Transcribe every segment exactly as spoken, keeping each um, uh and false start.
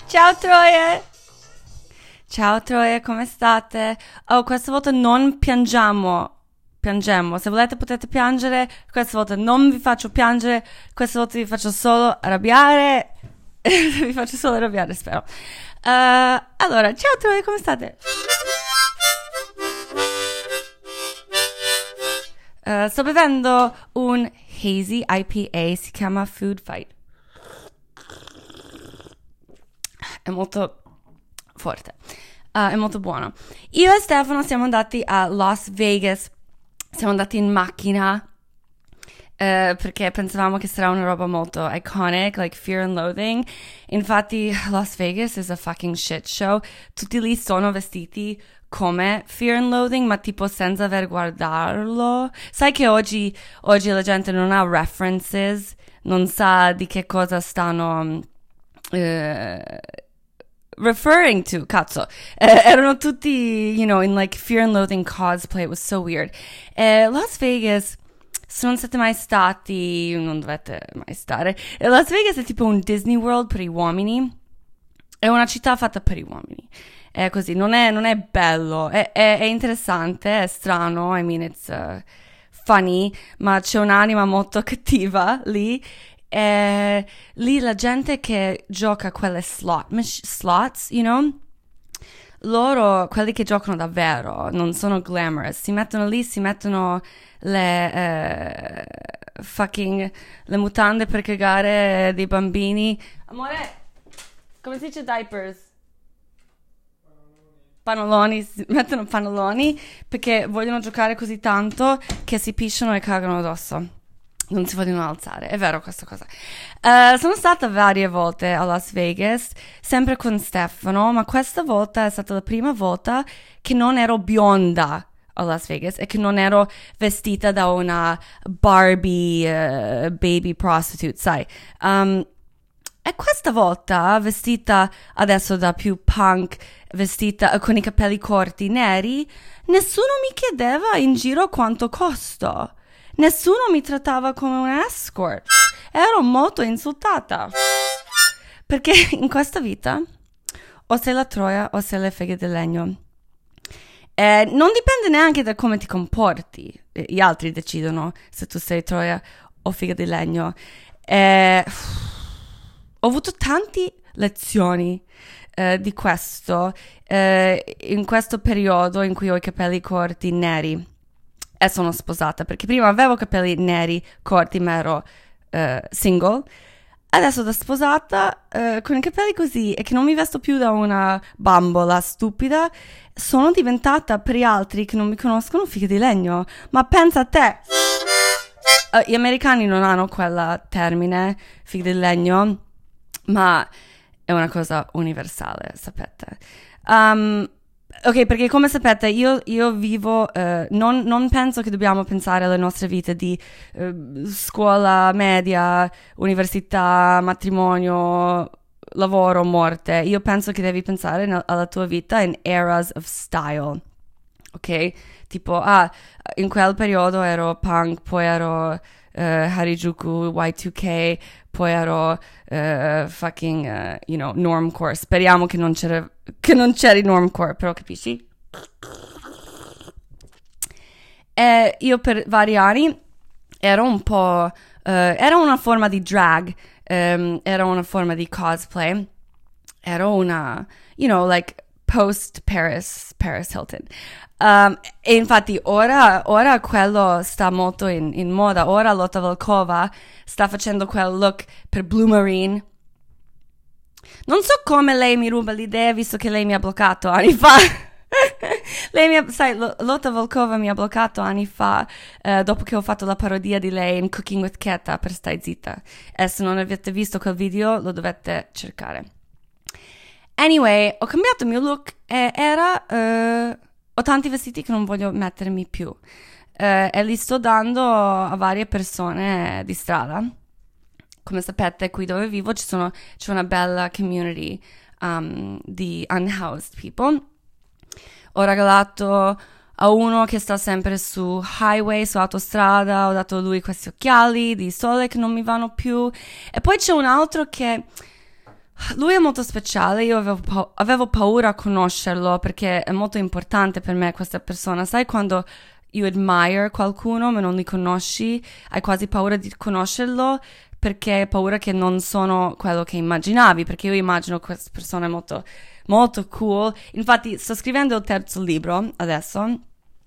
Ciao Troie! Ciao Troie, come state? Oh, questa volta non piangiamo. Piangiamo. Se volete potete piangere. Questa volta non vi faccio piangere. Questa volta vi faccio solo arrabbiare. Vi faccio solo arrabbiare, spero. Uh, allora, ciao Troie, come state? Uh, sto bevendo un hazy I P A, si chiama Food Fight. È molto forte, uh, è molto buono. Io e Stefano siamo andati a Las Vegas, siamo andati in macchina uh, perché pensavamo che sarà una roba molto iconic, like Fear and Loathing. Infatti Las Vegas is a fucking shit show. Tutti lì sono vestiti come Fear and Loathing, ma tipo senza aver guardarlo. Sai che oggi, oggi la gente non ha references, non sa di che cosa stanno uh, referring to, cazzo. Uh, erano tutti, you know, in like Fear and Loathing cosplay. It was so weird. Uh, Las Vegas, se non siete mai stati, non dovete mai stare. Uh, Las Vegas è tipo un Disney World per gli uomini. È una città fatta per gli uomini. È così, non è, non è bello, è, è, è interessante, è strano, I mean it's uh, funny, ma c'è un'anima molto cattiva lì. E lì la gente che gioca quelle slot, mach- slots, you know, loro, quelli che giocano davvero, non sono glamorous, si mettono lì, si mettono le eh, fucking le mutande per cagare dei bambini. Amore, come si dice diapers? Panoloni, si mettono panoloni perché vogliono giocare così tanto che si pisciano e cagano addosso. Non si vogliono alzare, è vero questa cosa. Uh, sono stata varie volte a Las Vegas, sempre con Stefano, ma questa volta è stata la prima volta che non ero bionda a Las Vegas e che non ero vestita da una Barbie uh, baby prostitute, sai. Um, e questa volta, vestita adesso da più punk, vestita con i capelli corti neri, nessuno mi chiedeva in giro quanto costo. Nessuno mi trattava come un escort. Ero molto insultata. Perché in questa vita o sei la troia o sei le fighe di legno. Eh, non dipende neanche da come ti comporti. Gli altri decidono se tu sei troia o figa di legno. Eh, ho avuto tante lezioni eh, di questo eh, in questo periodo in cui ho i capelli corti neri. E sono sposata, perché prima avevo capelli neri corti ma ero uh, single. Adesso da sposata uh, con i capelli così e che non mi vesto più da una bambola stupida, sono diventata per gli altri che non mi conoscono figa di legno. Ma pensa a te, uh, gli americani non hanno quella termine figa di legno, ma è una cosa universale, sapete. um, Ok, perché come sapete io, io vivo, uh, non, non penso che dobbiamo pensare alle nostre vite di uh, scuola media, università, matrimonio, lavoro, morte. Io penso che devi pensare no, alla tua vita in eras of style, ok? Tipo, ah, in quel periodo ero punk, poi ero uh, Harajuku, Y two K, poi ero uh, fucking, uh, you know, normcore. Speriamo che non c'era, che non c'eri normcore, però capisci? E io per vari anni ero un po', uh, era una forma di drag, um, era una forma di cosplay, ero una, you know, like post Paris, Paris Hilton. Um, e infatti ora, ora quello sta molto in, in moda. Ora Lotta Volkova sta facendo quel look per Blue Marine. Non so come lei mi ruba l'idea, visto che lei mi ha bloccato anni fa. Lei mi ha, sai, Lotta Volkova mi ha bloccato anni fa, uh, dopo che ho fatto la parodia di lei in Cooking with Keta per Stai Zitta. E se non avete visto quel video lo dovete cercare. Anyway, ho cambiato il mio look e era... Uh, ho tanti vestiti che non voglio mettermi più eh, e li sto dando a varie persone di strada. Come sapete, qui dove vivo ci sono, c'è una bella community um, di unhoused people. Ho regalato a uno che sta sempre su highway, su autostrada, ho dato a lui questi occhiali di sole che non mi vanno più. E poi c'è un altro che Lui è molto speciale, io avevo, pa- avevo paura a conoscerlo perché è molto importante per me questa persona. Sai quando you admire qualcuno ma non li conosci, hai quasi paura di conoscerlo perché hai paura che non sono quello che immaginavi, perché io immagino questa persona molto, molto cool. Infatti sto scrivendo il terzo libro adesso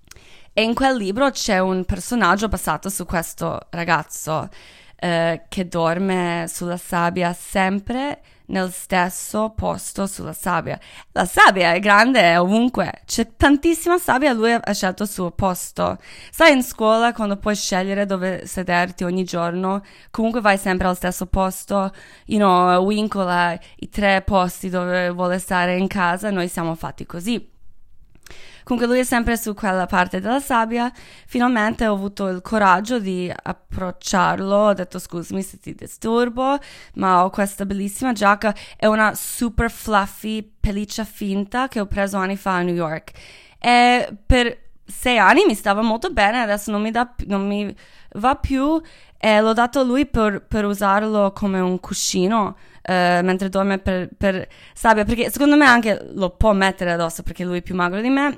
e in quel libro c'è un personaggio basato su questo ragazzo eh, che dorme sulla sabbia sempre nel stesso posto sulla sabbia. La sabbia è grande, è ovunque. C'è tantissima sabbia, lui ha scelto il suo posto. Sai, in scuola, quando puoi scegliere dove sederti ogni giorno, comunque vai sempre al stesso posto. You know, Winkle ha i tre posti dove vuole stare in casa, noi siamo fatti così. Comunque lui è sempre su quella parte della sabbia. Finalmente ho avuto il coraggio di approcciarlo, ho detto scusami se ti disturbo, ma ho questa bellissima giacca, è una super fluffy pelliccia finta che ho preso anni fa a New York e per sei anni mi stava molto bene, adesso non mi, da, non mi va più e l'ho dato a lui per, per usarlo come un cuscino uh, mentre dorme per, per sabbia, perché secondo me anche lo può mettere addosso perché lui è più magro di me.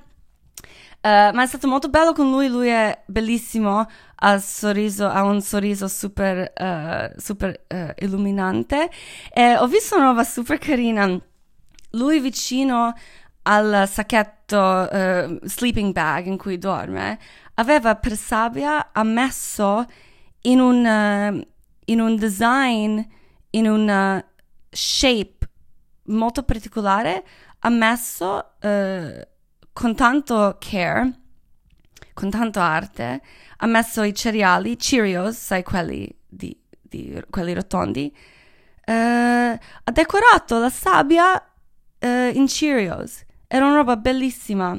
Uh, ma è stato molto bello con lui, lui è bellissimo, ha, sorriso, ha un sorriso super, uh, super uh, illuminante e ho visto una roba super carina, lui vicino al sacchetto uh, sleeping bag in cui dorme aveva per sabbia ha messo in un, uh, in un design, in una shape molto particolare, ha messo uh, con tanto care, con tanto arte, ha messo i cereali, Cheerios, sai quelli, di, di, quelli rotondi, uh, ha decorato la sabbia uh, in Cheerios. Era una roba bellissima.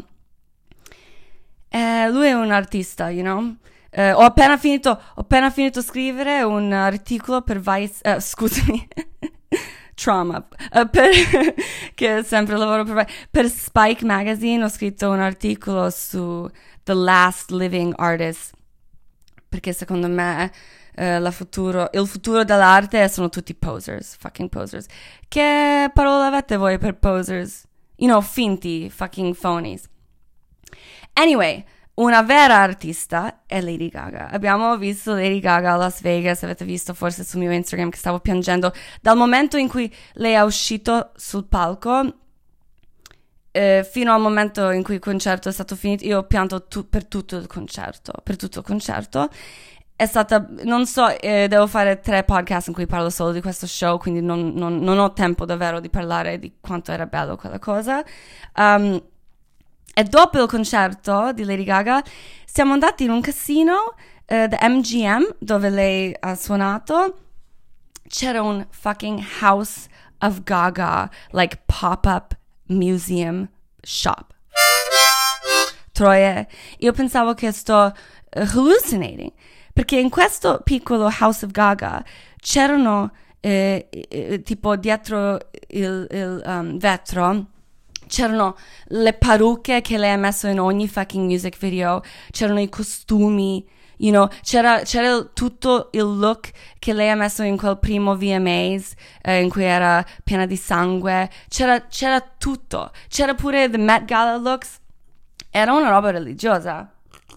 Uh, lui è un artista, you know? Uh, ho appena finito, ho appena finito di scrivere un articolo per Vice, uh, scusami, Trauma, uh, per, che sempre lavoro per, per Spike Magazine ho scritto un articolo su The Last Living Artist, perché secondo me uh, la futuro, il futuro dell'arte sono tutti posers, fucking posers. Che parola avete voi per posers? You know, finti, fucking phonies. Anyway, una vera artista è Lady Gaga. Abbiamo visto Lady Gaga a Las Vegas, avete visto forse sul mio Instagram che stavo piangendo. Dal momento in cui lei è uscito sul palco eh, fino al momento in cui il concerto è stato finito, io ho pianto tu- per tutto il concerto, per tutto il concerto. È stata, non so, eh, devo fare tre podcast in cui parlo solo di questo show, quindi non, non, non ho tempo davvero di parlare di quanto era bello quella cosa. Um, E dopo il concerto di Lady Gaga siamo andati in un casino uh, da M G M dove lei ha suonato. C'era un fucking House of Gaga, like pop-up museum shop. Troie, io pensavo che sto uh, hallucinating, perché in questo piccolo House of Gaga c'erano eh, eh, tipo dietro il, il um, vetro c'erano le parrucche che lei ha messo in ogni fucking music video, c'erano i costumi, you know, c'era, c'era il, tutto il look che lei ha messo in quel primo V M As eh, in cui era piena di sangue, c'era, c'era tutto, c'era pure the Met Gala looks, era una roba religiosa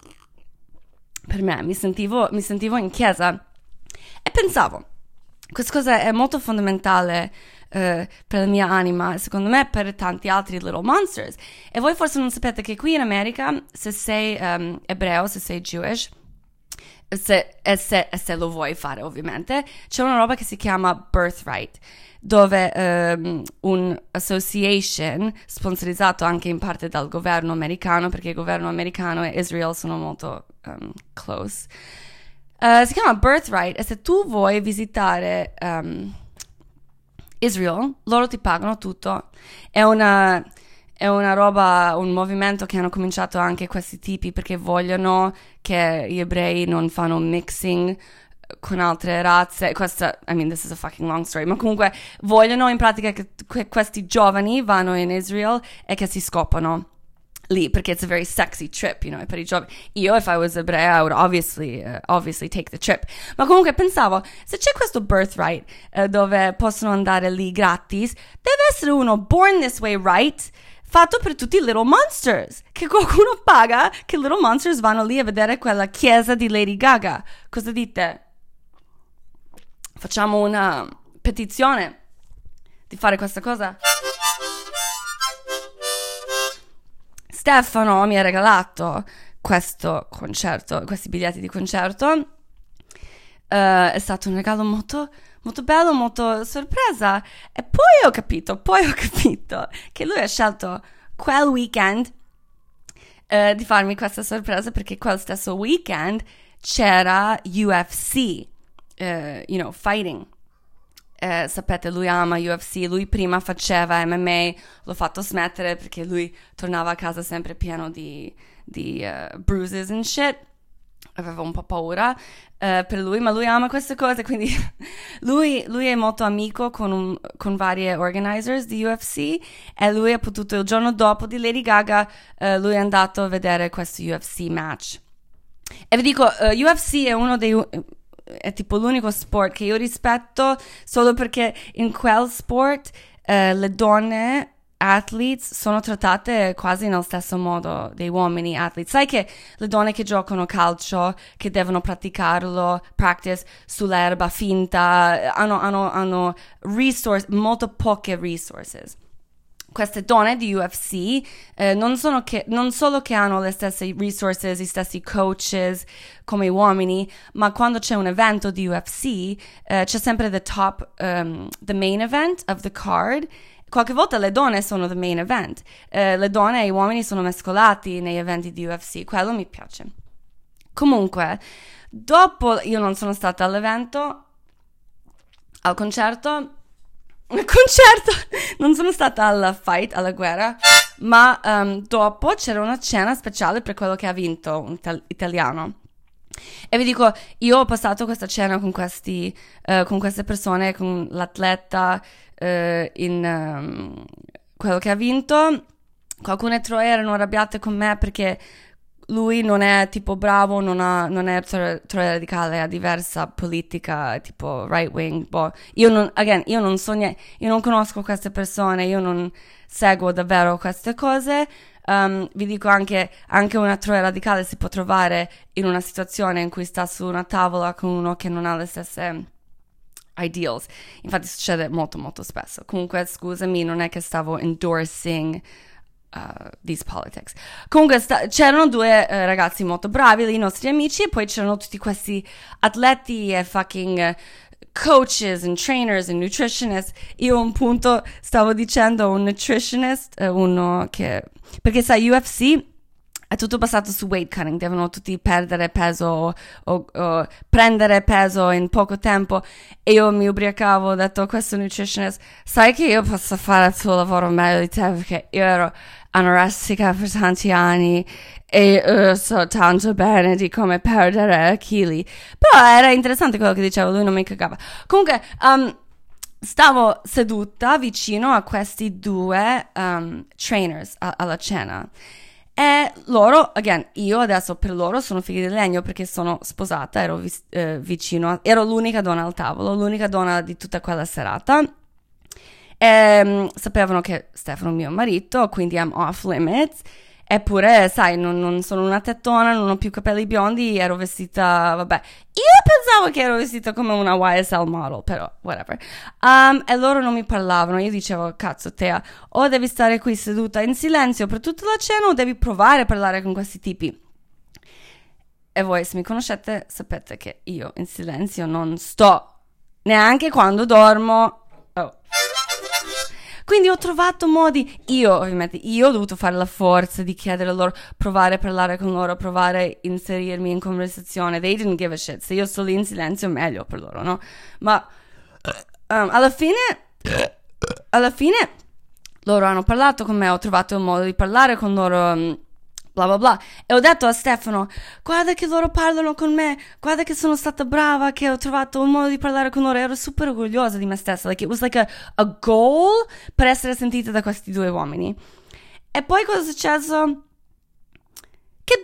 per me, mi sentivo, mi sentivo in chiesa e pensavo, questa cosa è molto fondamentale Uh, per la mia anima, secondo me per tanti altri Little Monsters. E voi forse non sapete che qui in America, se sei um, ebreo, se sei Jewish, se, e, se, e se lo vuoi fare ovviamente, c'è una roba che si chiama Birthright, dove um, un association sponsorizzato anche in parte dal governo americano, perché il governo americano e Israel sono molto um, close, uh, si chiama Birthright, e se tu vuoi visitare um, Israel, loro ti pagano tutto. È una, è una roba, un movimento che hanno cominciato anche questi tipi perché vogliono che gli ebrei non fanno mixing con altre razze. Questa, I mean, this is a fucking long story, ma comunque vogliono in pratica che que- questi giovani vanno in Israel e che si scopano. lì, perché it's a very sexy trip, you know, per i giovani. Io, if I was ebrea, I would obviously, uh, obviously take the trip. Ma comunque pensavo, se c'è questo birthright uh, dove possono andare lì gratis, deve essere uno born this way, right? Fatto per tutti i Little Monsters, che qualcuno paga, che Little Monsters vanno lì a vedere quella chiesa di Lady Gaga. Cosa dite? Facciamo una petizione di fare questa cosa? Stefano mi ha regalato questo concerto, questi biglietti di concerto. Uh, è stato un regalo molto, molto bello, molto sorpresa. E poi ho capito, poi ho capito che lui ha scelto quel weekend uh, di farmi questa sorpresa, perché quel stesso weekend c'era U F C, uh, you know, fighting. Eh, sapete, lui ama U F C, lui prima faceva M M A, l'ho fatto smettere perché lui tornava a casa sempre pieno di, di uh, bruises and shit, aveva un po' paura uh, per lui, ma lui ama queste cose, quindi lui, lui è molto amico con, un, con varie organizers di U F C, e lui ha potuto, il giorno dopo di Lady Gaga, uh, lui è andato a vedere questo U F C match. E vi dico, uh, U F C è uno dei... è tipo l'unico sport che io rispetto, solo perché in quel sport eh, le donne athletes sono trattate quasi nello stesso modo dei uomini athletes. Sai che le donne che giocano calcio, che devono praticarlo, practice sull'erba finta, hanno, hanno, hanno resource, molto poche resources. Queste donne di U F C eh, non, sono che, non solo che hanno le stesse resources, gli stessi coaches come gli uomini, ma quando c'è un evento di U F C eh, c'è sempre the top, um, the main event of the card. Qualche volta le donne sono the main event, eh, le donne e gli uomini sono mescolati nei eventi di U F C, quello mi piace. Comunque, dopo io non sono stata all'evento, al concerto, al concerto, non sono stata alla fight, alla guerra, ma um, dopo c'era una cena speciale per quello che ha vinto, un ital- italiano. E vi dico, io ho passato questa cena con questi, uh, con queste persone, con l'atleta, uh, in um, quello che ha vinto. Qualcune troie erano arrabbiate con me perché lui non è tipo bravo, non, ha, non è troia radicale, ha diversa politica, tipo right wing, boh. Io non, again, io non so niente, io non conosco queste persone, io non seguo davvero queste cose. Um, vi dico anche, anche una troia radicale si può trovare in una situazione in cui sta su una tavola con uno che non ha le stesse ideals. Infatti succede molto molto spesso. Comunque scusami, non è che stavo endorsing Uh, these politics. Comunque sta- c'erano due uh, ragazzi molto bravi, i nostri amici, e poi c'erano tutti questi atleti e fucking uh, coaches and trainers and nutritionists. Io a un punto stavo dicendo a un nutritionist, uh, uno che... perché sai, U F C è tutto basato su weight cutting, devono tutti perdere peso o, o, o prendere peso in poco tempo, e io mi ubriacavo, ho detto a questo nutritionist, sai che io posso fare il tuo lavoro meglio di te perché io ero anorestica per tanti anni e uh, so tanto bene di come perdere chili. Però era interessante quello che diceva, lui non mi cagava. Comunque um, stavo seduta vicino a questi due um, trainers a- alla cena. E loro, again, io adesso per loro sono figli di legno perché sono sposata, ero vis- eh, vicino, a, ero l'unica donna al tavolo, l'unica donna di tutta quella serata. E um, sapevano che Stefano è mio marito, quindi I'm off limits. Eppure, sai, non, non sono una tettona, non ho più capelli biondi, ero vestita, vabbè, io pensavo che ero vestita come una Y S L model, però, whatever. Um, e loro non mi parlavano, io dicevo, cazzo, Tea, o devi stare qui seduta in silenzio per tutta la cena o devi provare a parlare con questi tipi. E voi, se mi conoscete, sapete che io in silenzio non sto, neanche quando dormo. Oh. Quindi ho trovato modi, io ovviamente, io ho dovuto fare la forza di chiedere loro, provare a parlare con loro, provare a inserirmi in conversazione. They didn't give a shit. Se io sto lì in silenzio meglio per loro, no? Ma um, alla fine, alla fine loro hanno parlato con me, ho trovato il modo di parlare con loro, um, bla bla bla, e ho detto a Stefano, guarda che loro parlano con me, guarda che sono stata brava, che ho trovato un modo di parlare con loro, ero super orgogliosa di me stessa, like it was like a, a goal per essere sentita da questi due uomini. E poi cosa è successo?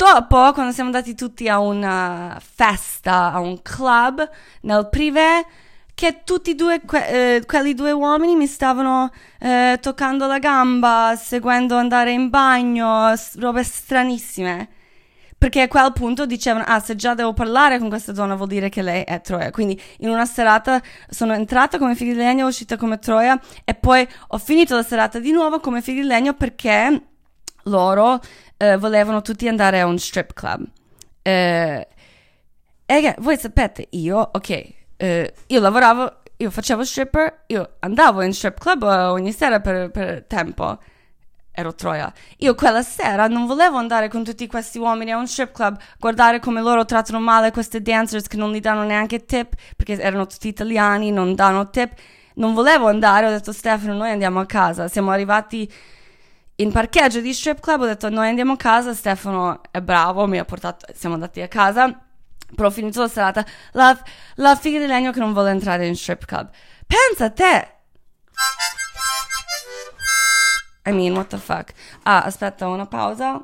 dopo, quando siamo andati tutti a una festa, a un club nel privé, che tutti e due, que- eh, quelli due uomini mi stavano eh, toccando la gamba, seguendo andare in bagno, s- robe stranissime. Perché a quel punto dicevano, ah, se già devo parlare con questa donna vuol dire che lei è Troia. Quindi in una serata sono entrata come figlia di legno, uscita come Troia, e poi ho finito la serata di nuovo come figlia di legno perché loro eh, volevano tutti andare a un strip club. Eh, e che, voi sapete, io, ok, eh, io lavoravo, io facevo stripper, io andavo in strip club ogni sera per, per tempo. Ero Troia. Io quella sera non volevo andare con tutti questi uomini a un strip club, guardare come loro trattano male queste dancers che non gli danno neanche tip, perché erano tutti italiani, non danno tip. Non volevo andare, ho detto Stefano, noi andiamo a casa. Siamo arrivati in parcheggio di strip club, ho detto noi andiamo a casa, Stefano è bravo, mi ha portato, siamo andati a casa. Però ho finito la serata, la, la figa di legno che non vuole entrare in strip club. Pensa a te! I mean, what the fuck? Ah, aspetta, una pausa.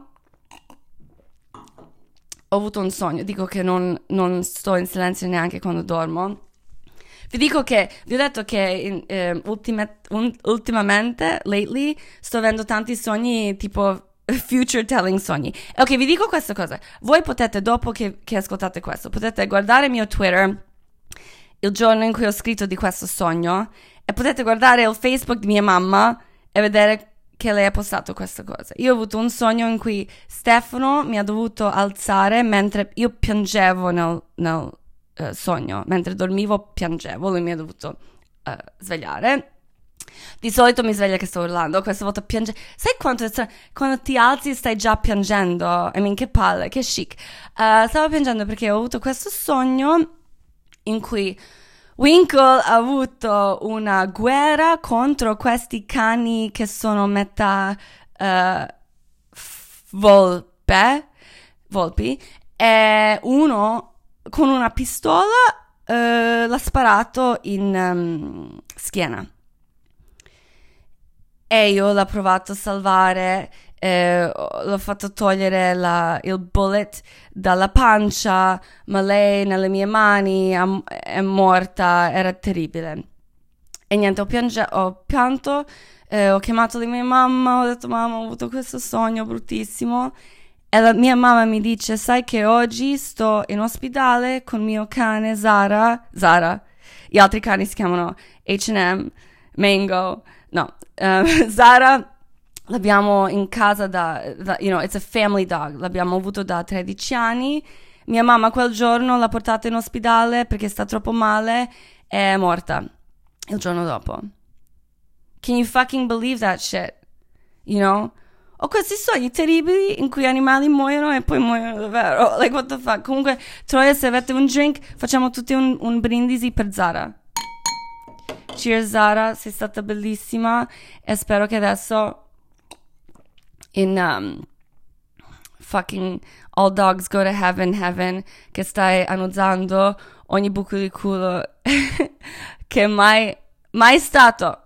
Ho avuto un sogno. Dico che non, non sto in silenzio neanche quando dormo. Vi dico che, vi ho detto che in, eh, ultima, un, ultimamente, lately, sto avendo tanti sogni tipo future telling sogni. Ok, vi dico questa cosa. Voi potete, dopo che, che ascoltate questo, potete guardare il mio Twitter il giorno in cui ho scritto di questo sogno e potete guardare il Facebook di mia mamma e vedere che lei ha postato questa cosa. Io ho avuto un sogno in cui Stefano mi ha dovuto alzare mentre io piangevo nel, nel uh, sogno, mentre dormivo piangevo, lui mi ha dovuto uh, svegliare. Di solito mi sveglia che sto urlando, questa volta piange. Sai quanto è strano? Quando ti alzi stai già piangendo. I mean, che palle, che chic. Uh, stavo piangendo perché ho avuto questo sogno in cui Winkle ha avuto una guerra contro questi cani che sono metà uh, volpe, volpi, e uno con una pistola uh, l'ha sparato in um, schiena. E io l'ho provato a salvare, eh, l'ho fatto togliere la, il bullet dalla pancia, ma lei nelle mie mani è, è morta, era terribile. E niente, ho, piange- ho pianto, eh, ho chiamato la mia mamma, ho detto mamma, ho avuto questo sogno bruttissimo. E la mia mamma mi dice, sai che oggi sto in ospedale con mio cane Zara, Zara, gli altri cani si chiamano H and M, Mango, no, uh, Zara l'abbiamo in casa da, da, you know, it's a family dog, l'abbiamo avuto da tredici anni. Mia mamma quel giorno l'ha portata in ospedale perché sta troppo male e è morta il giorno dopo. Can you fucking believe that shit? You know? Ho questi sogni terribili in cui animali muoiono e poi muoiono davvero. Like, what the fuck? Comunque, Troia, se avete un drink, facciamo tutti un, un brindisi per Zara. Cheers Zara, sei stata bellissima e spero che adesso in um, fucking All Dogs Go to Heaven, Heaven, che stai annusando ogni buco di culo che mai, mai stato.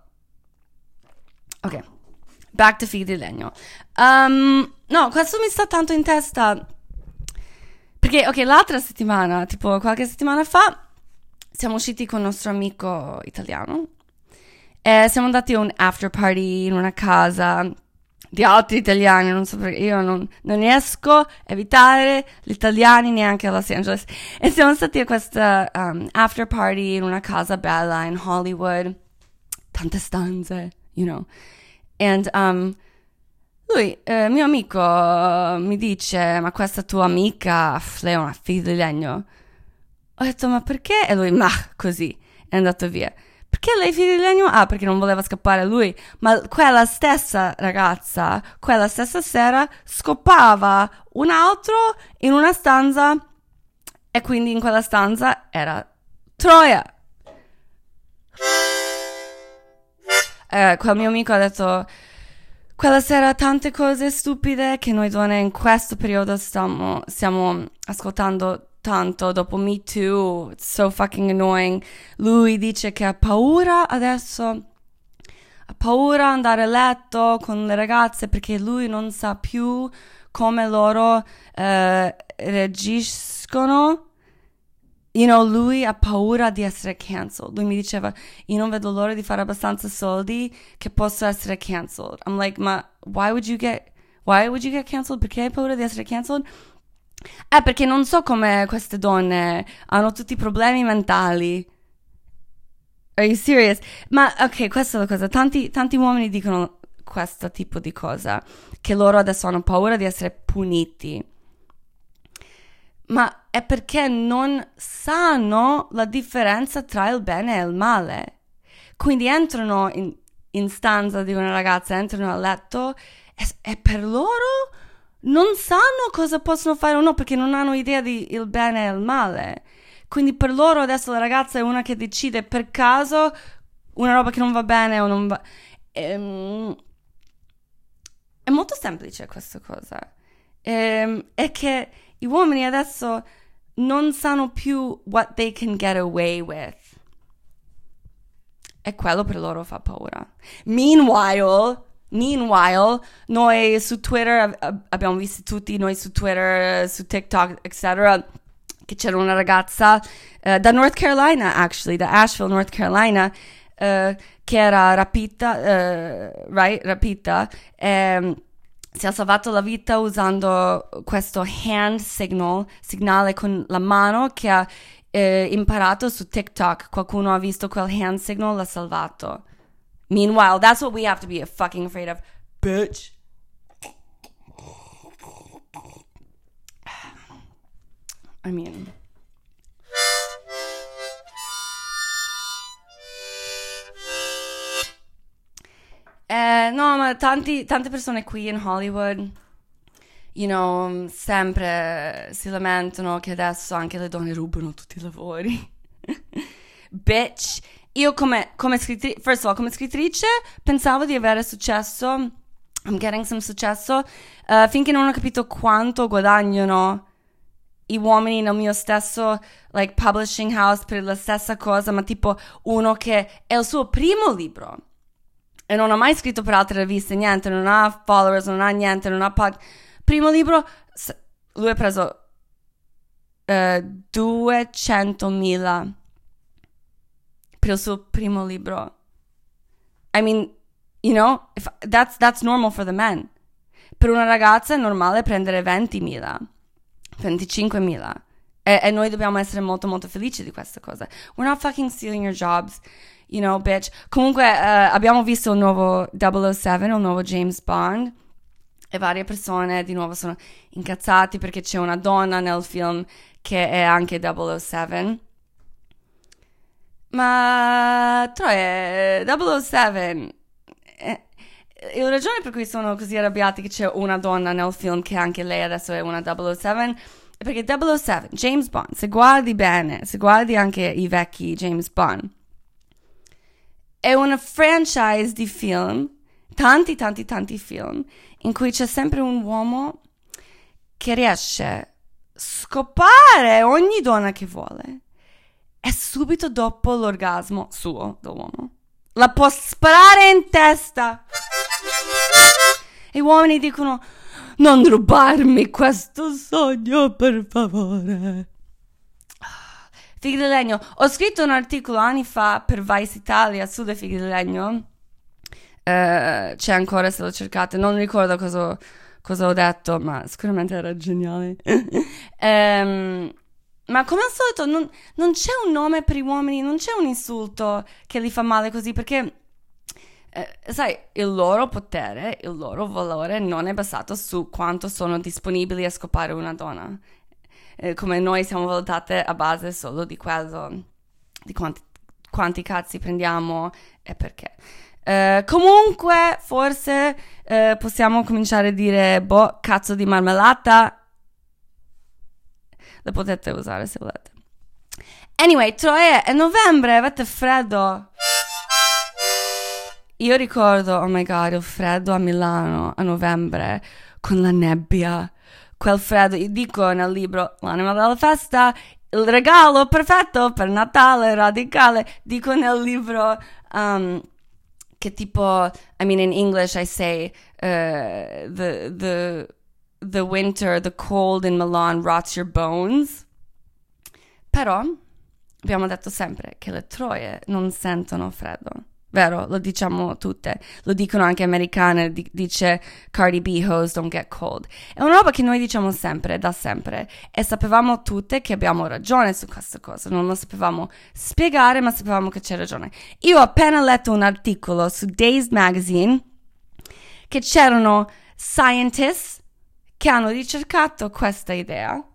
Ok, back to figli di legno. Um, no, questo mi sta tanto in testa perché, ok, l'altra settimana, tipo qualche settimana fa, siamo usciti con il nostro amico italiano e siamo andati a un after party in una casa di altri italiani, non so perché io non, non riesco a evitare gli italiani neanche a Los Angeles. E siamo stati a questa um, after party in una casa bella in Hollywood, tante stanze, you know. And um, lui, eh, mio amico, uh, mi dice, ma questa tua amica, lei è una figlia di legno. Ho detto, ma perché? E lui, ma così, è andato via. Perché lei figlia di legno? Ah, perché non voleva scappare lui. Ma quella stessa ragazza, quella stessa sera, scopava un altro in una stanza e quindi in quella stanza era Troia. Eh, quel mio amico ha detto, quella sera tante cose stupide che noi donne in questo periodo stiamo, stiamo ascoltando tanto dopo Me Too, it's so fucking annoying. Lui dice che ha paura adesso, ha paura andare a letto con le ragazze perché lui non sa più come loro uh, reagiscono. You know, lui ha paura di essere cancelled. Lui mi diceva, io non vedo l'ora di fare abbastanza soldi che posso essere cancelled. I'm like, ma why would you get, why would you get cancelled? Perché hai paura di essere cancelled? Eh, perché non so come queste donne hanno tutti i problemi mentali. Are you serious? Ma, ok, questa è la cosa. Tanti, tanti uomini dicono questo tipo di cosa. Che loro adesso hanno paura di essere puniti. Ma è perché non sanno la differenza tra il bene e il male. Quindi entrano in, in stanza di una ragazza, entrano a letto e, e per loro non sanno cosa possono fare o no, perché non hanno idea di il bene e il male. Quindi per loro adesso la ragazza è una che decide per caso una roba che non va bene o non va... Ehm, è molto semplice questa cosa. Ehm, è che i uomini adesso non sanno più what they can get away with. E quello per loro fa paura. Meanwhile, meanwhile, noi su Twitter, ab- abbiamo visto tutti, noi su Twitter, su TikTok, eccetera, che c'era una ragazza uh, da North Carolina, actually, da Asheville, North Carolina, uh, che era rapita, uh, right, rapita, e si è salvato la vita usando questo hand signal, segnale con la mano che ha eh, imparato su TikTok. Qualcuno ha visto quel hand signal, l'ha salvato. Meanwhile, that's what we have to be fucking afraid of, bitch. I mean... Eh, no, ma tanti, tante persone qui in Hollywood, you know, sempre si lamentano che adesso anche le donne rubano tutti i lavori. Bitch. Io come, come scrittrice, first of all, come scrittrice, pensavo di avere successo, I'm getting some successo, uh, finché non ho capito quanto guadagnano i uomini nel mio stesso, like, publishing house per la stessa cosa, ma tipo uno che è il suo primo libro. E non ha mai scritto per altre riviste, niente, non ha followers, non ha niente, non ha pod... Primo libro, lui ha preso uh, duecentomila per il suo primo libro. I mean, you know, if that's, that's normal for the men. Per una ragazza è normale prendere ventimila, venticinquemila. E, e noi dobbiamo essere molto molto felici di questa cosa. We're not fucking stealing your jobs. You know, bitch. Comunque, uh, abbiamo visto il nuovo double oh seven, il nuovo James Bond, e varie persone di nuovo sono incazzati perché c'è una donna nel film che è anche double oh seven. Ma Troia, double oh seven, eh, la ragione per cui sono così arrabbiati che c'è una donna nel film che anche lei adesso è una double oh seven è perché double oh seven, James Bond, se guardi bene, se guardi anche i vecchi James Bond, è una franchise di film, tanti tanti tanti film, in cui c'è sempre un uomo che riesce a scopare ogni donna che vuole e subito dopo l'orgasmo suo, dell'uomo, la può sparare in testa. E gli uomini dicono, non rubarmi questo sogno, per favore. Fighi di legno. Ho scritto un articolo anni fa per Vice Italia sulle fighe di legno. Uh, c'è ancora se lo cercate. Non ricordo cosa, cosa ho detto, ma sicuramente era geniale. um, ma come al solito non, non c'è un nome per gli uomini, non c'è un insulto che li fa male così, perché uh, sai, il loro potere, il loro valore non è basato su quanto sono disponibili a scopare una donna. Eh, come noi siamo valutate a base solo di quello, di quanti, quanti cazzi prendiamo e perché. Eh, comunque, forse eh, possiamo cominciare a dire, boh, cazzo di marmellata. Le potete usare se volete. Anyway, Troia, è novembre, avete freddo? Io ricordo, oh my god, il freddo a Milano a novembre con la nebbia. Quel freddo, io dico nel libro L'anima della festa, il regalo perfetto per Natale radicale. Dico nel libro um, che tipo, I mean in English I say uh, the the the winter, the cold in Milan rots your bones. Però abbiamo detto sempre che le troie non sentono freddo. Vero, lo diciamo tutte, lo dicono anche americane, di- dice Cardi B, hoes don't get cold. È una roba che noi diciamo sempre, da sempre, e sapevamo tutte che abbiamo ragione su questa cosa, non lo sapevamo spiegare, ma sapevamo che c'è ragione. Io ho appena letto un articolo su Dazed Magazine che c'erano scientists che hanno ricercato questa idea.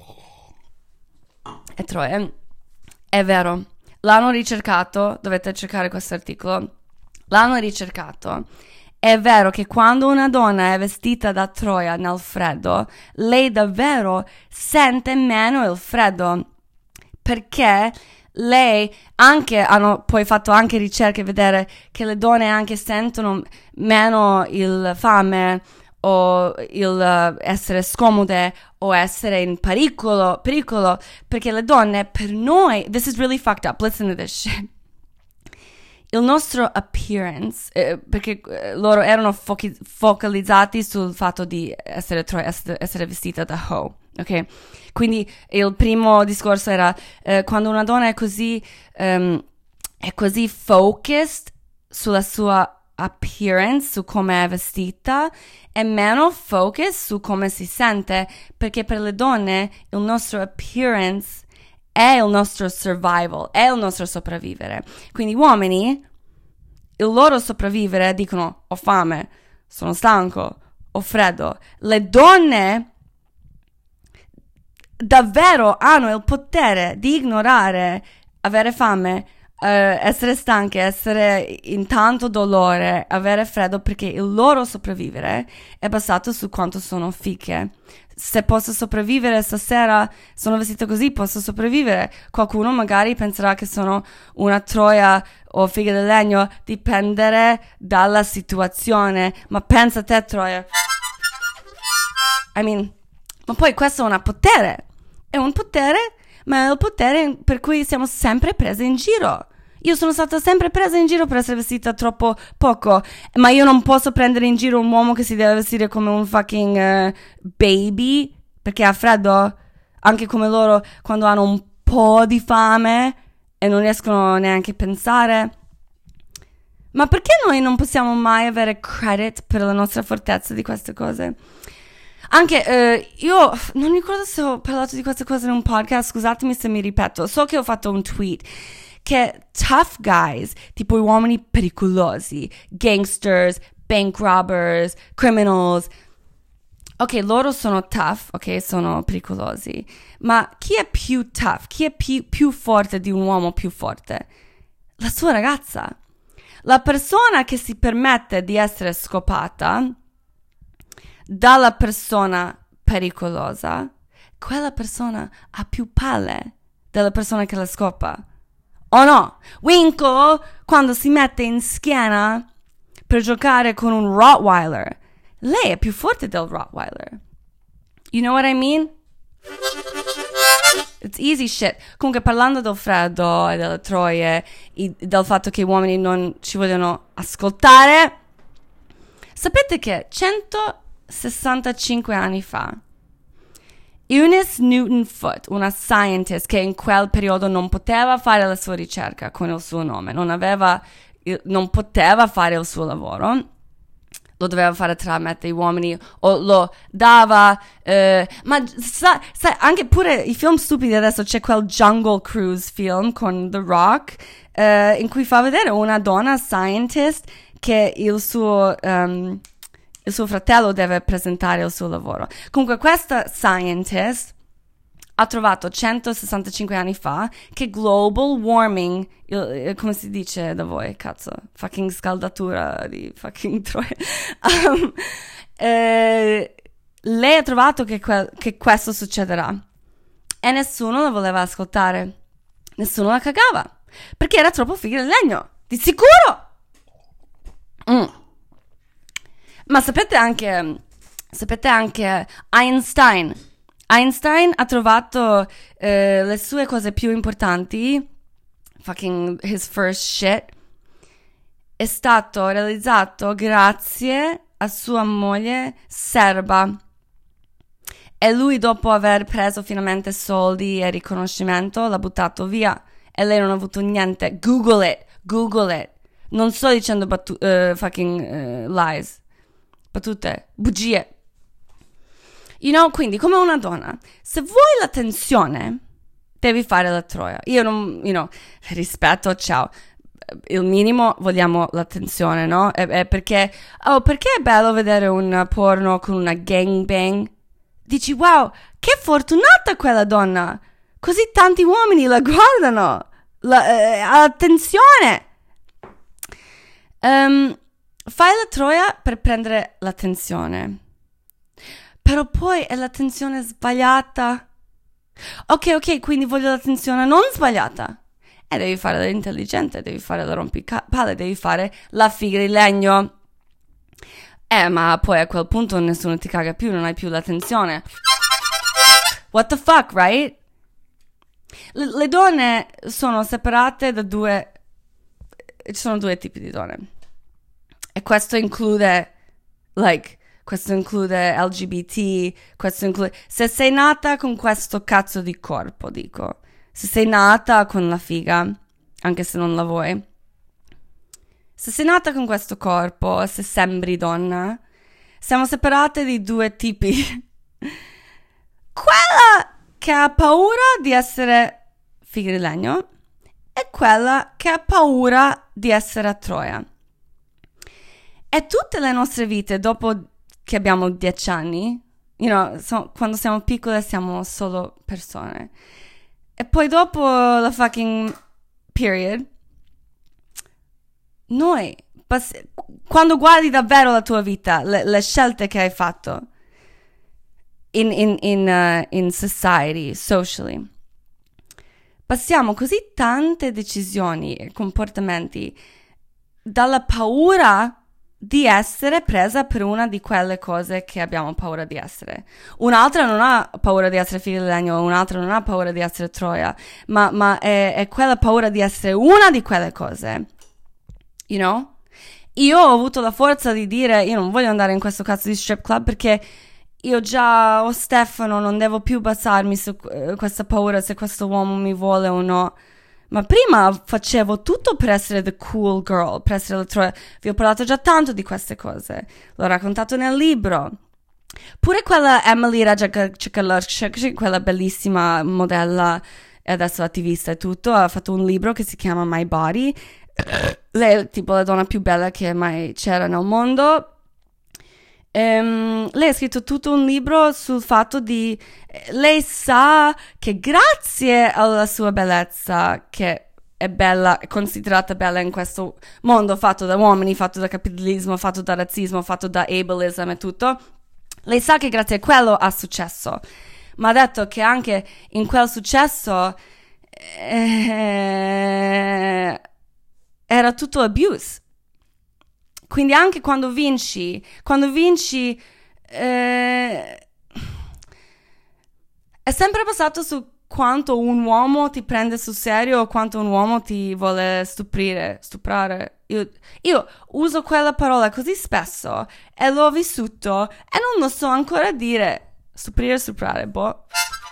E troie, è vero. L'hanno ricercato, dovete cercare questo articolo, l'hanno ricercato. È vero che quando una donna è vestita da troia nel freddo, lei davvero sente meno il freddo, perché lei anche, hanno poi fatto anche ricerche, vedere che le donne anche sentono meno il fame, o il uh, essere scomode o essere in pericolo, pericolo, perché le donne, per noi, this is really fucked up, listen to this shit. Il nostro appearance, eh, perché eh, loro erano foci- focalizzati sul fatto di essere, tro- essere, essere vestita da hoe, ok? Quindi il primo discorso era eh, quando una donna è così, um, è così focused sulla sua appearance, su come è vestita, e meno focus su come si sente, perché per le donne il nostro appearance è il nostro survival, è il nostro sopravvivere. Quindi uomini, il loro sopravvivere, dicono ho fame, sono stanco, ho freddo. Le donne davvero hanno il potere di ignorare avere fame, Uh, essere stanche, essere in tanto dolore, avere freddo, perché il loro sopravvivere è basato su quanto sono fiche. Se posso sopravvivere stasera, sono vestita così, posso sopravvivere. Qualcuno magari penserà che sono una troia o figa di legno, dipendere dalla situazione. Ma pensa a te, troia. I mean, ma poi questo è un potere. È un potere, ma è il potere per cui siamo sempre prese in giro. Io sono stata sempre presa in giro per essere vestita troppo poco, ma io non posso prendere in giro un uomo che si deve vestire come un fucking uh, baby, perché ha freddo, anche come loro quando hanno un po' di fame e non riescono neanche a pensare. Ma perché noi non possiamo mai avere credit per la nostra fortezza di queste cose? Anche eh, io non ricordo se ho parlato di queste cose in un podcast, scusatemi se mi ripeto, so che ho fatto un tweet che tough guys, tipo gli uomini pericolosi, gangsters, bank robbers, criminals, ok, loro sono tough, ok, sono pericolosi, ma chi è più tough, chi è più, più forte di un uomo più forte? La sua ragazza. La persona che si permette di essere scopata dalla persona pericolosa, quella persona ha più palle della persona che la scopa. O no? Winkle, quando si mette in schiena per giocare con un Rottweiler, lei è più forte del Rottweiler. You know what I mean? It's easy shit. Comunque, parlando del freddo e delle troie, e del fatto che gli uomini non ci vogliono ascoltare, sapete che centosessantacinque anni fa Eunice Newton Foote, una scientist che in quel periodo non poteva fare la sua ricerca con il suo nome, non aveva, non poteva fare il suo lavoro, lo doveva fare tramite gli uomini o lo dava, eh, ma sa, sa, anche pure i film stupidi adesso, c'è quel Jungle Cruise film con The Rock, eh, in cui fa vedere una donna scientist che il suo... Um, il suo fratello deve presentare il suo lavoro. Comunque questa scientist ha trovato centosessantacinque anni fa che global warming, il, come si dice da voi, cazzo, fucking scaldatura di fucking troia. um, eh, lei ha trovato che, que- che questo succederà e nessuno la voleva ascoltare, nessuno la cagava, perché era troppo figa di legno, di sicuro! Mm. Ma sapete anche, sapete anche Einstein. Einstein ha trovato eh, le sue cose più importanti, fucking his first shit, è stato realizzato grazie a sua moglie serba. E lui, dopo aver preso finalmente soldi e riconoscimento, l'ha buttato via. E lei non ha avuto niente. Google it, Google it. Non sto dicendo battu- uh, fucking uh, lies. Battute, bugie. You know, quindi, come una donna, se vuoi l'attenzione, devi fare la troia. Io non, you know, rispetto, ciao. Il minimo vogliamo l'attenzione, no? E, e perché, oh, perché è bello vedere un porno con una gangbang? Dici, wow, che fortunata quella donna! Così tanti uomini la guardano! La, eh, attenzione! Um, fai la troia per prendere l'attenzione. Però poi è l'attenzione sbagliata. Ok, ok, quindi voglio l'attenzione non sbagliata. E devi fare l'intelligente, devi fare la rompipalle, devi fare la figa di legno. Eh, ma poi a quel punto nessuno ti caga più, non hai più l'attenzione. What the fuck, right? Le, le donne sono separate da due... Ci sono due tipi di donne. E questo include, like, questo include L G B T, questo include... Se sei nata con questo cazzo di corpo, dico... Se sei nata con la figa, anche se non la vuoi, se sei nata con questo corpo, se sembri donna, siamo separate di due tipi. Quella che ha paura di essere figa di legno e quella che ha paura di essere a Troia. E tutte le nostre vite, dopo che abbiamo dieci anni, you know, so, quando siamo piccole siamo solo persone. E poi dopo la fucking period, noi, pass- quando guardi davvero la tua vita, le, le scelte che hai fatto in, in, in, uh, in society, socially, passiamo così tante decisioni e comportamenti dalla paura di essere presa per una di quelle cose che abbiamo paura di essere. Un'altra non ha paura di essere figlio di legno, un'altra non ha paura di essere Troia, ma, ma è, è quella paura di essere una di quelle cose. You know? Io ho avuto la forza di dire, io non voglio andare in questo cazzo di strip club perché io già ho Stefano, non devo più basarmi su uh, questa paura se questo uomo mi vuole o no. Ma prima facevo tutto per essere the cool girl, per essere la Troia. Vi ho parlato già tanto di queste cose. L'ho raccontato nel libro. Pure quella Emily Ratajkowski, quella bellissima modella e adesso attivista e tutto, ha fatto un libro che si chiama My Body. Lei è tipo la donna più bella che mai c'era nel mondo. Um, lei ha scritto tutto un libro sul fatto di lei sa che grazie alla sua bellezza, che è bella, è considerata bella in questo mondo fatto da uomini, fatto da capitalismo, fatto da razzismo, fatto da ableism e tutto, lei sa che grazie a quello ha successo, ma ha detto che anche in quel successo eh, era tutto abuse. Quindi anche quando vinci, quando vinci, eh, è sempre basato su quanto un uomo ti prende sul serio o quanto un uomo ti vuole stuprire, stuprare. Io, io uso quella parola così spesso e l'ho vissuto e non lo so ancora dire. Stuprire, stuprare, boh.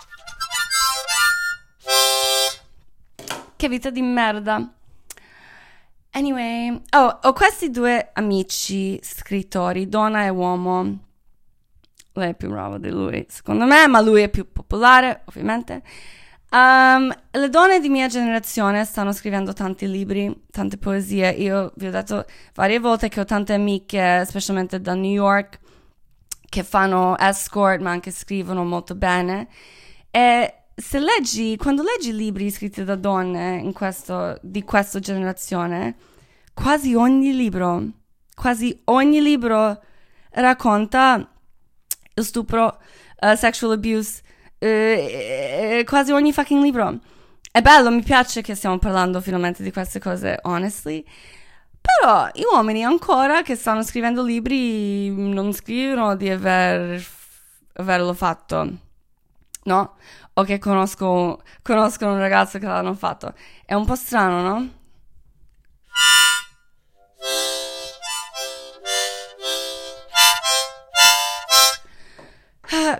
Che vita di merda. Anyway, oh, ho questi due amici scrittori, donna e uomo. Lei è più brava di lui, secondo me, ma lui è più popolare, ovviamente. Um, le donne di mia generazione stanno scrivendo tanti libri, tante poesie. Io vi ho detto varie volte che ho tante amiche, specialmente da New York, che fanno escort, ma anche scrivono molto bene. E se leggi, quando leggi libri scritti da donne in questo, di questa generazione, quasi ogni libro, quasi ogni libro racconta il stupro, uh, sexual abuse, uh, quasi ogni fucking libro. È bello, mi piace che stiamo parlando finalmente di queste cose, honestly. Però gli uomini ancora che stanno scrivendo libri non scrivono di aver, averlo fatto, no? O che conosco, conoscono un ragazzo che l'hanno fatto. È un po' strano, no?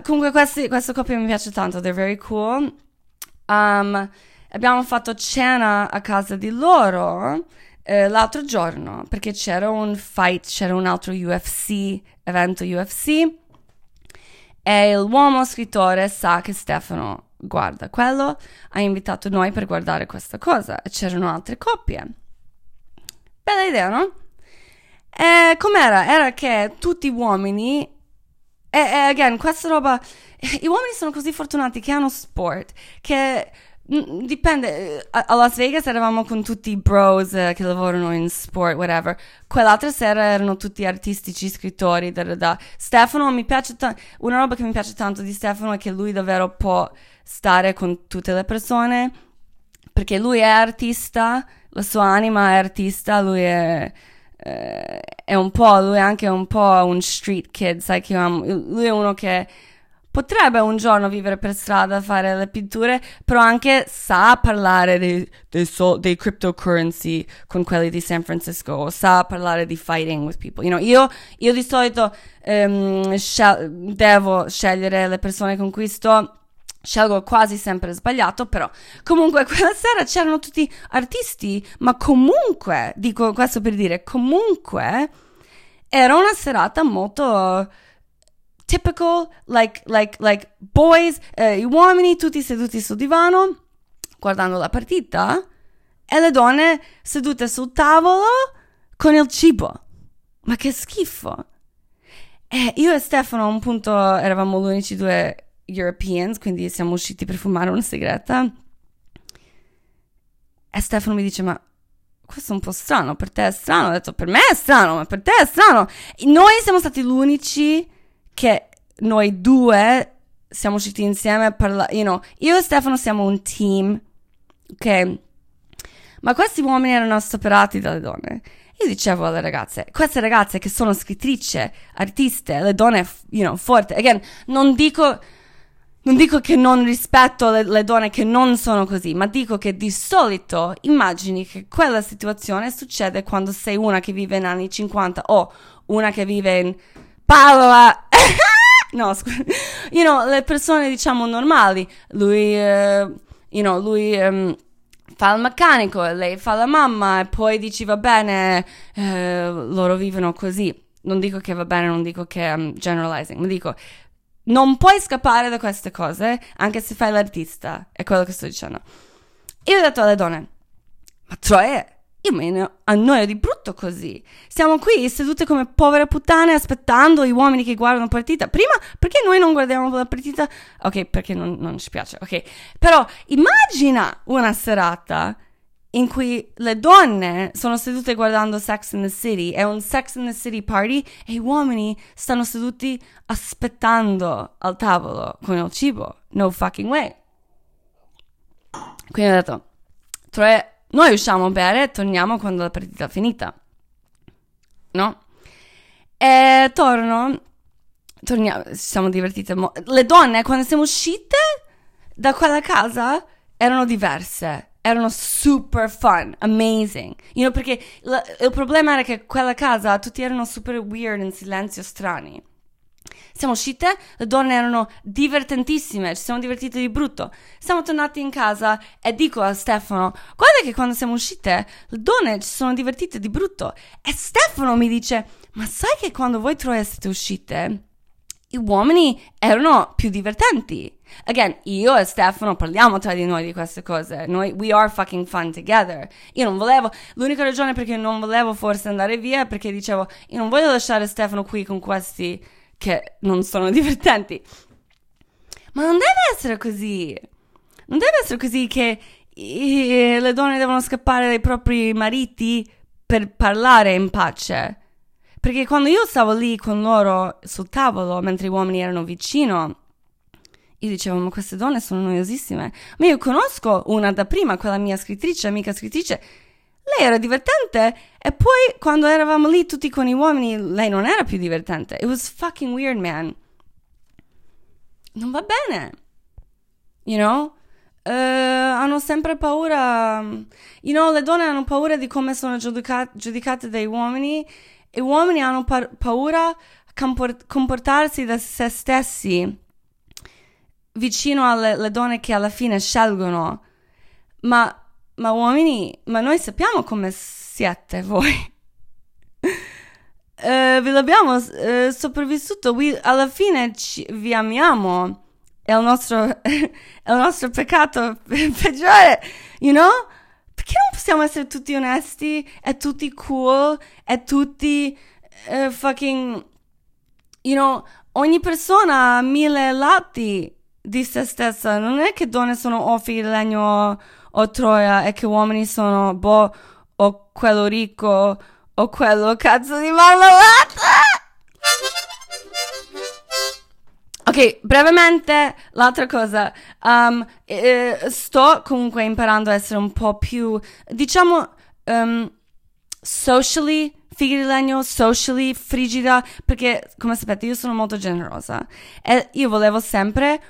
comunque questi, questa coppia mi piace tanto, they're very cool. Um, abbiamo fatto cena a casa di loro eh, l'altro giorno, perché c'era un fight, c'era un altro U F C, evento U F C, e l'uomo scrittore sa che Stefano guarda quello, ha invitato noi per guardare questa cosa, e c'erano altre coppie. Bella idea, no? E com'era? Era che tutti uomini, e, e again, questa roba, i uomini sono così fortunati che hanno sport, che mh, dipende, a, a Las Vegas eravamo con tutti i bros eh, che lavorano in sport, whatever, quell'altra sera erano tutti artistici, scrittori, da, da, da. Stefano mi piace tanto, una roba che mi piace tanto di Stefano è che lui davvero può stare con tutte le persone, perché lui è artista, la sua anima è artista, lui è... Uh, è un po', lui è anche un po' un street kid, sai che amo, lui è uno che potrebbe un giorno vivere per strada, fare le pitture, però anche sa parlare dei, dei, so, dei cryptocurrency con quelli di San Francisco, sa parlare di fighting with people, you know, io, io di solito um, scel- devo scegliere le persone con cui sto, scelgo quasi sempre sbagliato, però comunque quella sera c'erano tutti artisti, ma comunque, dico questo per dire, comunque era una serata molto typical, like, like, like boys, eh, gli uomini tutti seduti sul divano, guardando la partita, e le donne sedute sul tavolo con il cibo. Ma che schifo! E io e Stefano a un punto eravamo gli unici due Europeans, quindi siamo usciti per fumare una sigaretta e Stefano mi dice: ma questo è un po' strano, per te è strano? Ho detto: per me è strano, ma per te è strano. E noi siamo stati gli unici che noi due siamo usciti insieme a parlare, you know, io e Stefano siamo un team, ok? Ma questi uomini erano stuperati dalle donne. Io dicevo alle ragazze, queste ragazze che sono scrittrici, artiste, le donne, you know, forti, again, non dico Non dico che non rispetto le, le donne che non sono così, ma dico che di solito immagini che quella situazione succede quando sei una che vive negli anni cinquanta o una che vive in Padova. No, scusa. You know, le persone diciamo normali. Lui, uh, you know, lui um, fa il meccanico e lei fa la mamma e poi dici va bene, uh, loro vivono così. Non dico che va bene, non dico che I'm generalizing, ma dico... Non puoi scappare da queste cose, anche se fai l'artista, è quello che sto dicendo. Io ho detto alle donne, ma Troia, io me ne annoio di brutto così. Stiamo qui sedute come povere puttane aspettando gli uomini che guardano la partita. Prima, perché noi non guardiamo la partita? Ok, perché non, non ci piace, ok. Però immagina una serata in cui le donne sono sedute guardando Sex and the City, è un Sex and the City party e gli uomini stanno seduti aspettando al tavolo con il cibo. No fucking way. Quindi ho detto, tre, noi usciamo a bere e torniamo quando la partita è finita, no? E torno, torniamo, ci siamo divertite. Mo- le donne quando siamo uscite da quella casa erano diverse. Erano super fun, amazing. You know, perché la, il problema era che quella casa tutti erano super weird, in silenzio, strani. Siamo uscite, le donne erano divertentissime, ci siamo divertite di brutto. Siamo tornati in casa e dico a Stefano, guarda che quando siamo uscite, le donne ci sono divertite di brutto. E Stefano mi dice, ma sai che quando voi tre siete uscite, gli uomini erano più divertenti. Again, io e Stefano parliamo tra di noi di queste cose. Noi, we are fucking fun together. Io non volevo, l'unica ragione perché non volevo forse andare via è perché dicevo, io non voglio lasciare Stefano qui con questi che non sono divertenti. Ma non deve essere così. Non deve essere così che i, le donne devono scappare dai propri mariti per parlare in pace. Perché quando io stavo lì con loro sul tavolo, mentre gli uomini erano vicino, io dicevo, ma queste donne sono noiosissime. Ma io conosco una da prima, quella mia scrittrice, amica scrittrice. Lei era divertente e poi quando eravamo lì tutti con gli uomini, lei non era più divertente. It was fucking weird, man. Non va bene. You know? Uh, hanno sempre paura. You know, le donne hanno paura di come sono giudica- giudicate dai uomini e gli uomini hanno pa- paura a comport- comportarsi da se stessi vicino alle le donne che alla fine scelgono. Ma, ma uomini, ma noi sappiamo come siete voi. Uh, vi l'abbiamo uh, sopravvissuto, we, alla fine ci, vi amiamo, è il nostro, è il nostro peccato peggiore, you know? Perché non possiamo essere tutti onesti, e tutti cool, e tutti uh, fucking, you know, ogni persona ha mille lati di se stessa, non è che donne sono o figli di legno o, o troia, e che uomini sono, boh, o quello ricco, o quello cazzo di marmellata. Ok, brevemente, l'altra cosa, um, eh, sto comunque imparando a essere un po' più, diciamo, um, socially, figli di legno, socially, frigida, perché, come sapete, io sono molto generosa, e io volevo sempre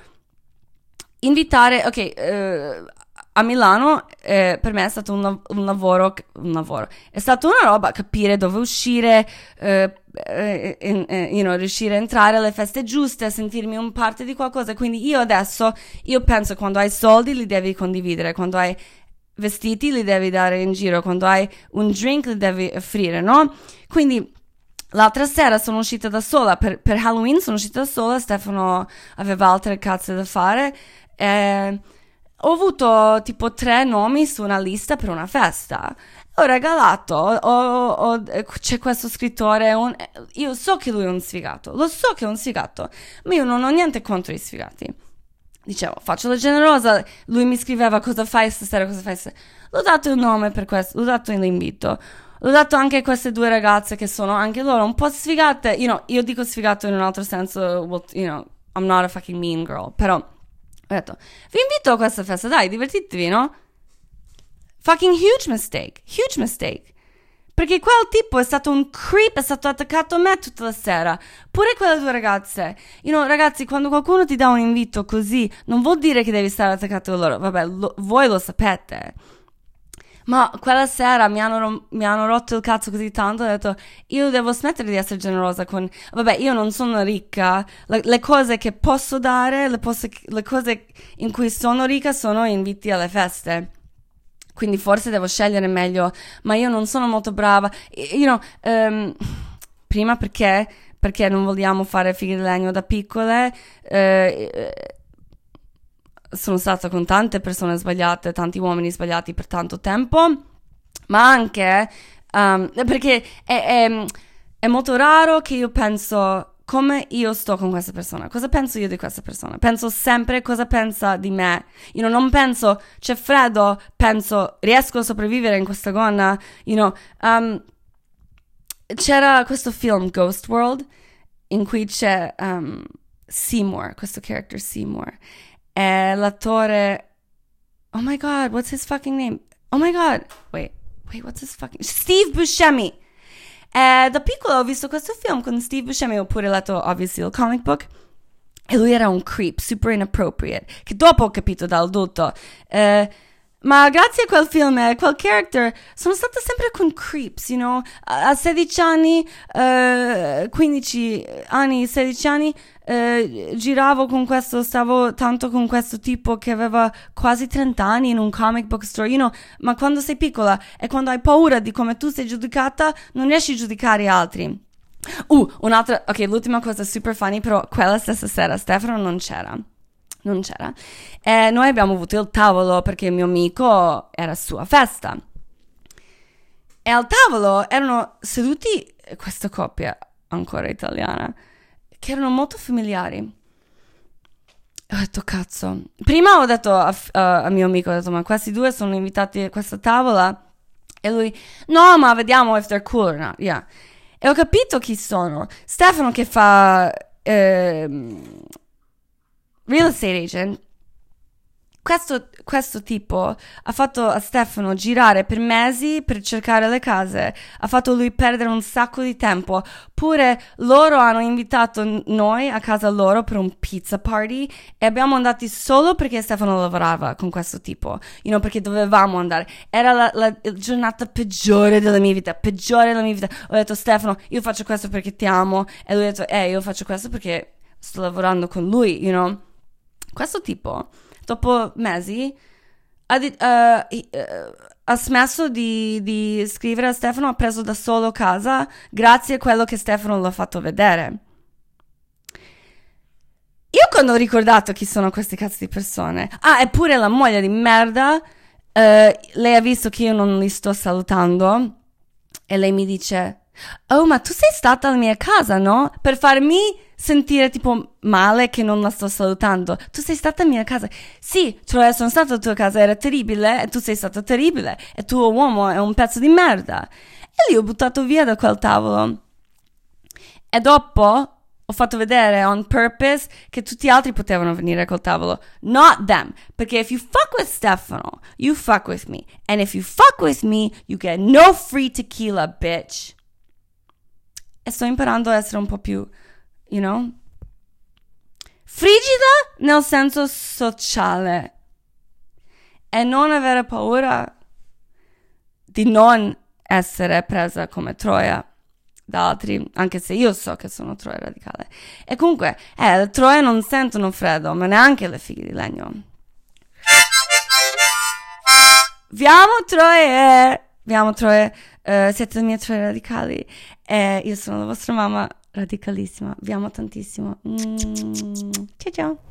invitare, ok, eh, a Milano eh, per me è stato un, un lavoro, un lavoro, è stata una roba capire dove uscire, eh, eh, eh, you know, riuscire a entrare alle feste giuste, sentirmi un parte di qualcosa. Quindi io adesso, io penso, quando hai soldi li devi condividere, quando hai vestiti li devi dare in giro, quando hai un drink li devi offrire, no? Quindi l'altra sera sono uscita da sola, per, per Halloween sono uscita da sola, Stefano aveva altre cazze da fare, e ho avuto tipo tre nomi su una lista per una festa. Ho regalato, ho, ho, c'è questo scrittore, un, io so che lui è un sfigato, lo so che è un sfigato, ma io non ho niente contro i sfigati. Dicevo, faccio la generosa, lui mi scriveva cosa fai stasera, cosa fai stasera. L'ho dato il nome per questo, l'ho dato l'invito. L'ho dato anche a queste due ragazze che sono anche loro un po' sfigate. You know, io dico sfigato in un altro senso, well, you know, I'm not a fucking mean girl, però ho detto, vi invito a questa festa, dai, divertitevi, no? Fucking huge mistake, huge mistake. Perché quel tipo è stato un creep, è stato attaccato a me tutta la sera. Pure quelle due ragazze. You know, ragazzi, quando qualcuno ti dà un invito così, non vuol dire che devi stare attaccato a loro. Vabbè, lo, voi lo sapete. Ma quella sera mi hanno, mi hanno rotto il cazzo così tanto, ho detto, io devo smettere di essere generosa con... Vabbè, io non sono ricca, le, le cose che posso dare, le, posso, le cose in cui sono ricca sono inviti alle feste. Quindi forse devo scegliere meglio, ma io non sono molto brava. You know, um, prima perché, perché non vogliamo fare figli di legno da piccole, eh, sono stata con tante persone sbagliate, tanti uomini sbagliati per tanto tempo, ma anche um, perché è, è, è molto raro che io penso come io sto con questa persona, cosa penso io di questa persona, penso sempre cosa pensa di me, io know, non penso c'è freddo, penso riesco a sopravvivere in questa gonna, you know, um, c'era questo film Ghost World in cui c'è um, Seymour, questo character Seymour. E l'attore, oh my god, what's his fucking name? Oh my god, wait, wait, what's his fucking... Steve Buscemi. E da piccola ho visto questo film con Steve Buscemi, ho pure letto, obviously, il comic book, e lui era un creep, super inappropriate, che dopo ho capito da adulto. Eh, ma grazie a quel film e a quel character sono stata sempre con creeps, you know, a sedici anni, uh, quindici anni, sedici anni, uh, giravo con questo, stavo tanto con questo tipo che aveva quasi trenta anni in un comic book store, you know, ma quando sei piccola e quando hai paura di come tu sei giudicata, non riesci a giudicare altri. Uh, un'altra, ok, l'ultima cosa super funny, però quella stessa sera Stefano non c'era. Non c'era. E noi abbiamo avuto il tavolo perché il mio amico era sua festa. E al tavolo erano seduti questa coppia ancora italiana che erano molto familiari. Ho detto cazzo. Prima ho detto a, a, a mio amico, ho detto ma questi due sono invitati a questa tavola? E lui no, ma vediamo if they're cool or not. Yeah. E ho capito chi sono. Stefano che fa ehm, real estate agent. Questo, questo tipo ha fatto a Stefano girare per mesi per cercare le case, ha fatto lui perdere un sacco di tempo. Pure loro hanno invitato noi a casa loro per un pizza party e abbiamo andati solo perché Stefano lavorava con questo tipo, you know, perché dovevamo andare. Era la, la giornata peggiore della mia vita, peggiore della mia vita. Ho detto Stefano, io faccio questo perché ti amo, e lui ha detto eh, io faccio questo perché sto lavorando con lui, you know. questo tipo, dopo mesi, ha, di- eh, eh, ha smesso di, di scrivere a Stefano, ha preso da solo casa, grazie a quello che Stefano l'ha fatto vedere. Io quando ho ricordato chi sono queste cazzo di persone, ah, eppure la moglie di merda, eh, lei ha visto che io non li sto salutando e lei mi dice, oh, ma tu sei stata alla mia casa, no? Per farmi sentire tipo male che non la sto salutando. Tu sei stata alla mia casa. Sì, cioè sono stata alla tua casa, era terribile, e tu sei stato terribile, e tuo uomo è un pezzo di merda. E lì ho buttato via da quel tavolo. E dopo ho fatto vedere on purpose che tutti gli altri potevano venire a quel tavolo. Not them. Perché if you fuck with Stefano, you fuck with me. And if you fuck with me, you get no free tequila, bitch. E sto imparando a essere un po' più, you know, frigida nel senso sociale. E non avere paura di non essere presa come troia da altri, anche se io so che sono troia radicale. E comunque, eh, le troie non sentono freddo, ma neanche le fighe di legno. Viamo troie! Viamo troie, eh, siete le mie troie radicali. E io sono la vostra mamma radicalissima. Vi amo tantissimo. Mm. Ciao ciao!